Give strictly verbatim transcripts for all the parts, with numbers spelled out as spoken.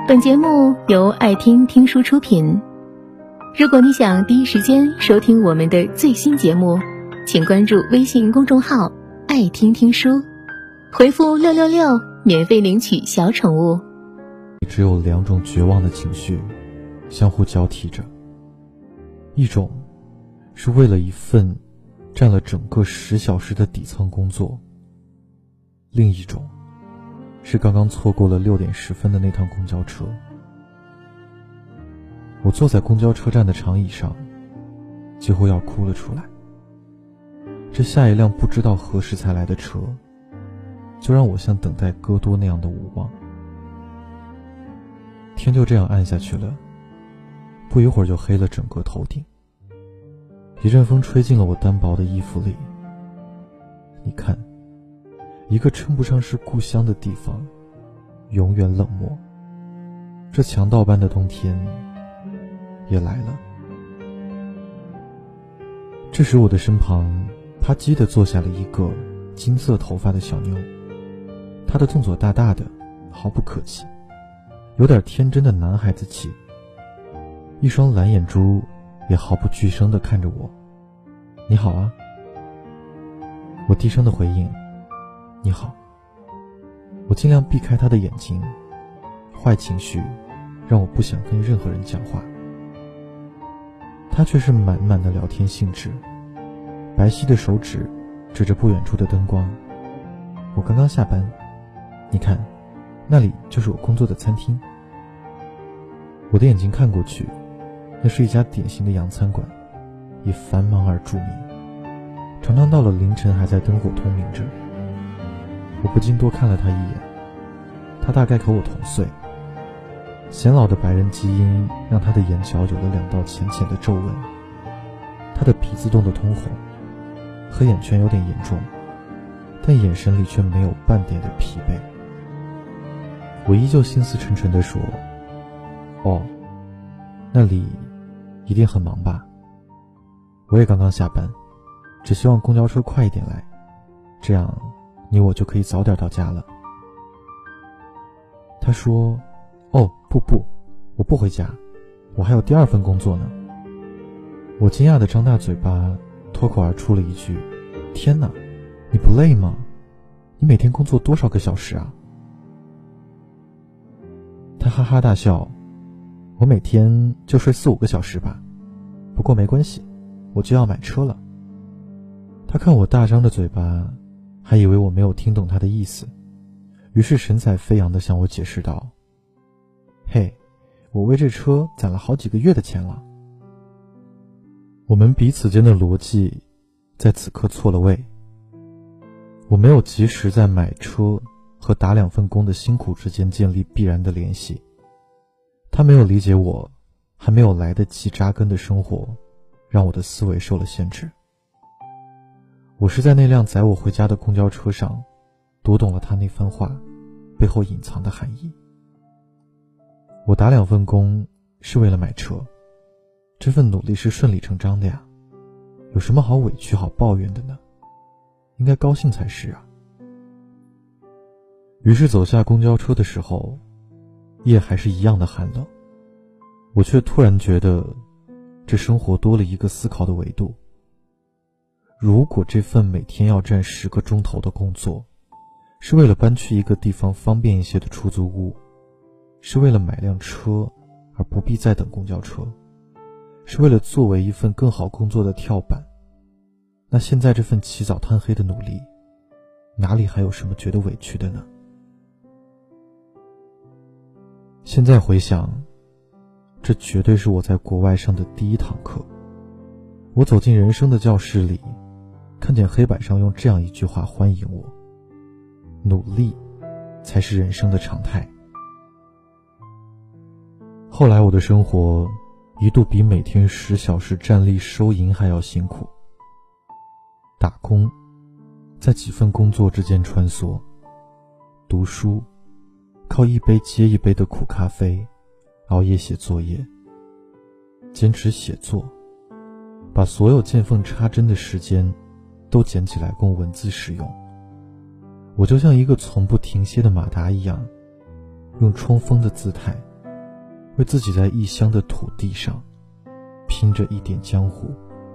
本节目由爱听听书出品。如果你想第一时间收听我们的最新节目，请关注微信公众号爱听听书，回复六六六免费领取小宠物。 只有两种绝望的情绪相互交替着，一种是为了一份占了整个十小时的底层工作，另一种是刚刚错过了六点十分的那趟公交车。我坐在公交车站的长椅上，几乎要哭了出来。这下一辆不知道何时才来的车，就让我像等待戈多那样的无望。天就这样暗下去了，不一会儿就黑了整个头顶。一阵风吹进了我单薄的衣服里。你看，一个称不上是故乡的地方，永远冷漠。这强盗般的冬天也来了。这时我的身旁啪叽地坐下了一个金色头发的小妞，她的动作大大的，毫不客气，有点天真的男孩子气，一双蓝眼珠也毫不惧声地看着我。你好啊。我低声的回应，你好。我尽量避开他的眼睛，坏情绪让我不想跟任何人讲话。他却是满满的聊天兴致，白皙的手指指着不远处的灯光。我刚刚下班，你看，那里就是我工作的餐厅。我的眼睛看过去，那是一家典型的洋餐馆，以繁忙而著名，常常到了凌晨还在灯火通明着。我不禁多看了他一眼，他大概和我同岁，显老的白人基因让他的眼角有了两道浅浅的皱纹，他的鼻子冻得通红，黑眼圈有点严重，但眼神里却没有半点的疲惫。我依旧心思沉沉地说，哦，那里一定很忙吧？我也刚刚下班，只希望公交车快一点来，这样你我就可以早点到家了。他说，哦，不不，我不回家，我还有第二份工作呢。我惊讶地张大嘴巴，脱口而出了一句，天哪，你不累吗？你每天工作多少个小时啊？他哈哈大笑，我每天就睡四五个小时吧，不过没关系，我就要买车了。他看我大张的嘴巴，还以为我没有听懂他的意思，于是神采飞扬地向我解释道，嘿，我为这车攒了好几个月的钱了。我们彼此间的逻辑在此刻错了位。我没有及时在买车和打两份工的辛苦之间建立必然的联系。他没有理解我还没有来得及扎根的生活，让我的思维受了限制。我是在那辆载我回家的公交车上读懂了他那番话背后隐藏的含义。我打两份工是为了买车，这份努力是顺理成章的呀，有什么好委屈好抱怨的呢？应该高兴才是啊。于是走下公交车的时候，夜还是一样的寒冷，我却突然觉得这生活多了一个思考的维度。如果这份每天要站十个钟头的工作是为了搬去一个地方方便一些的出租屋，是为了买辆车而不必再等公交车，是为了作为一份更好工作的跳板，那现在这份起早贪黑的努力，哪里还有什么觉得委屈的呢？现在回想，这绝对是我在国外上的第一堂课。我走进人生的教室里，看见黑板上用这样一句话欢迎我，努力才是人生的常态。后来我的生活一度比每天十小时站立收银还要辛苦。打工，在几份工作之间穿梭，读书，靠一杯接一杯的苦咖啡，熬夜写作业，坚持写作，把所有见缝插针的时间都捡起来供文字使用。我就像一个从不停歇的马达一样，用冲锋的姿态为自己在异乡的土地上拼着一点江湖。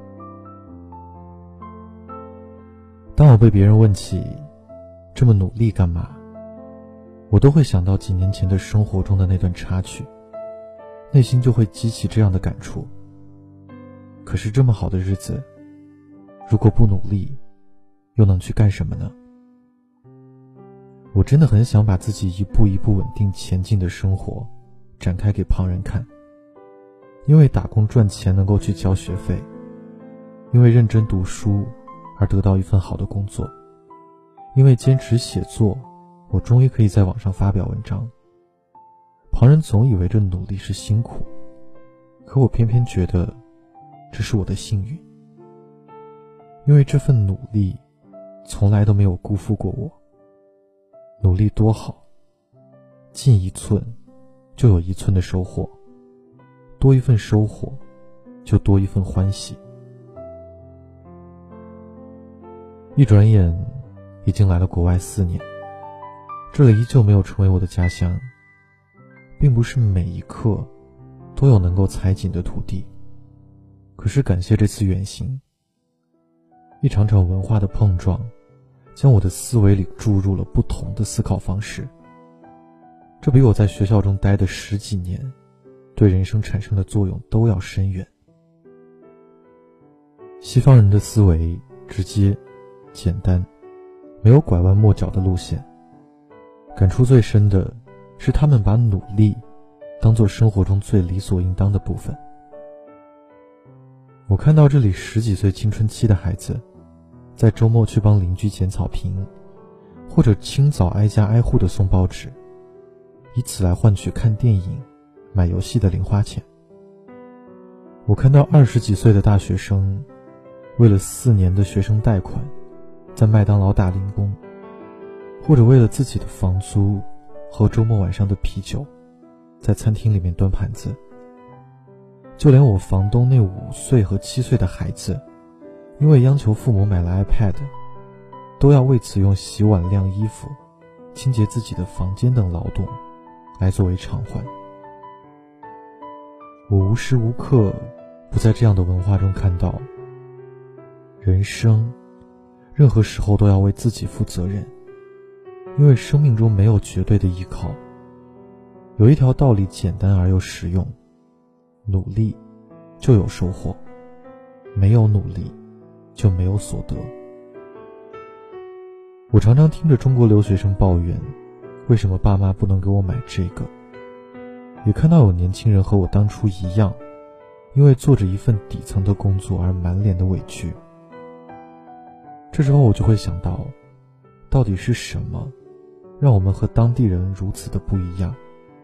当我被别人问起这么努力干嘛，我都会想到几年前的生活中的那段插曲，内心就会激起这样的感触。可是这么好的日子，如果不努力，又能去干什么呢？我真的很想把自己一步一步稳定前进的生活展开给旁人看，因为打工赚钱能够去交学费，因为认真读书而得到一份好的工作，因为坚持写作，我终于可以在网上发表文章。旁人总以为这努力是辛苦，可我偏偏觉得这是我的幸运，因为这份努力从来都没有辜负过我。努力多好，进一寸就有一寸的收获，多一份收获就多一份欢喜。一转眼已经来了国外四年，这里依旧没有成为我的家乡，并不是每一刻都有能够踩紧的土地。可是感谢这次远行，一场场文化的碰撞将我的思维里注入了不同的思考方式，这比我在学校中待的十几年对人生产生的作用都要深远。西方人的思维直接简单，没有拐弯抹角的路线。感触最深的是他们把努力当作生活中最理所应当的部分。我看到这里十几岁青春期的孩子在周末去帮邻居捡草坪，或者清早挨家挨户的送报纸，以此来换取看电影、买游戏的零花钱。我看到二十几岁的大学生为了四年的学生贷款在麦当劳打零工，或者为了自己的房租和周末晚上的啤酒在餐厅里面端盘子。就连我房东那五岁和七岁的孩子，因为央求父母买了 iPad， 都要为此用洗碗、晾衣服、清洁自己的房间等劳动来作为偿还。我无时无刻不在这样的文化中看到，人生任何时候都要为自己负责任，因为生命中没有绝对的依靠。有一条道理简单而又实用，努力就有收获，没有努力就没有所得。我常常听着中国留学生抱怨，为什么爸妈不能给我买这个，也看到有年轻人和我当初一样，因为做着一份底层的工作而满脸的委屈。这时候我就会想到，到底是什么让我们和当地人如此的不一样？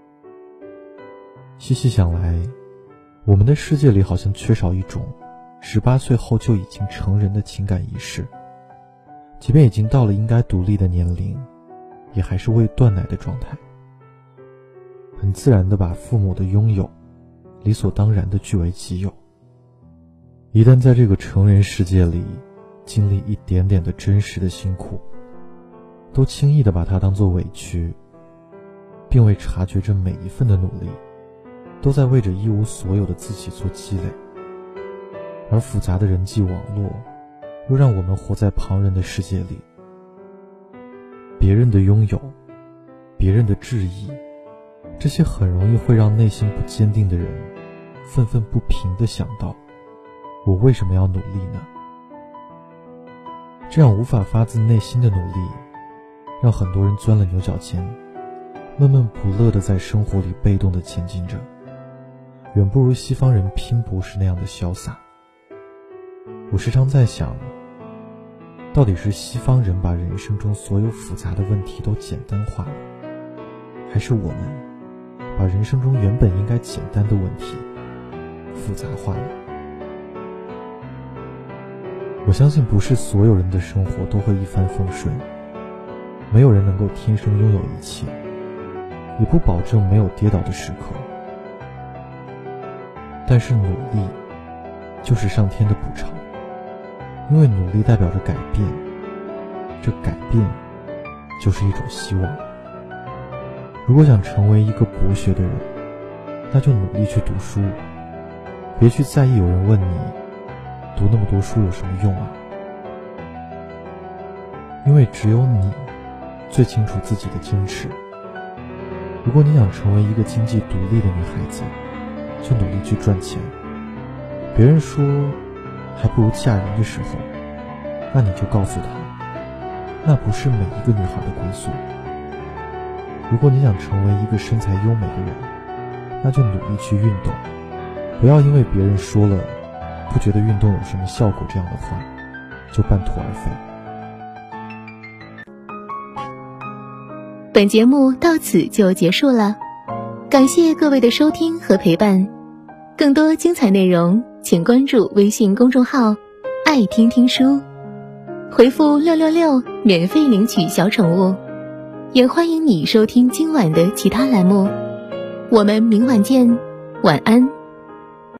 细细想来，我们的世界里好像缺少一种十八岁后就已经成人的情感仪式，即便已经到了应该独立的年龄，也还是未断奶的状态，很自然地把父母的拥有理所当然地据为己有。一旦在这个成人世界里经历一点点的真实的辛苦，都轻易地把它当作委屈，并未察觉着每一份的努力都在为着一无所有的自己做积累。而复杂的人际网络又让我们活在旁人的世界里，别人的拥有，别人的质疑，这些很容易会让内心不坚定的人愤愤不平地想到，我为什么要努力呢？这样无法发自内心的努力，让很多人钻了牛角尖，闷闷不乐地在生活里被动地前进着，远不如西方人拼搏时那样的潇洒。我时常在想，到底是西方人把人生中所有复杂的问题都简单化了，还是我们把人生中原本应该简单的问题复杂化了？我相信不是所有人的生活都会一帆风顺，没有人能够天生拥有一切，也不保证没有跌倒的时刻。但是努力就是上天的补偿，因为努力代表着改变，这改变就是一种希望。如果想成为一个博学的人， 那就努力去读书，别去在意有人问你读那么多书有什么用啊。因为只有你最清楚自己的坚持。如果你想成为一个经济独立的女孩子，就努力去赚钱。别人说还不如嫁人的时候，那你就告诉他，那不是每一个女孩的归宿。如果你想成为一个身材优美的人，那就努力去运动，不要因为别人说了不觉得运动有什么效果这样的话，就半途而废。 本节目到此就结束了，感谢各位的收听和陪伴。更多精彩内容请关注微信公众号爱听听书，回复六六六免费领取小宠物。也欢迎你收听今晚的其他栏目，我们明晚见，晚安。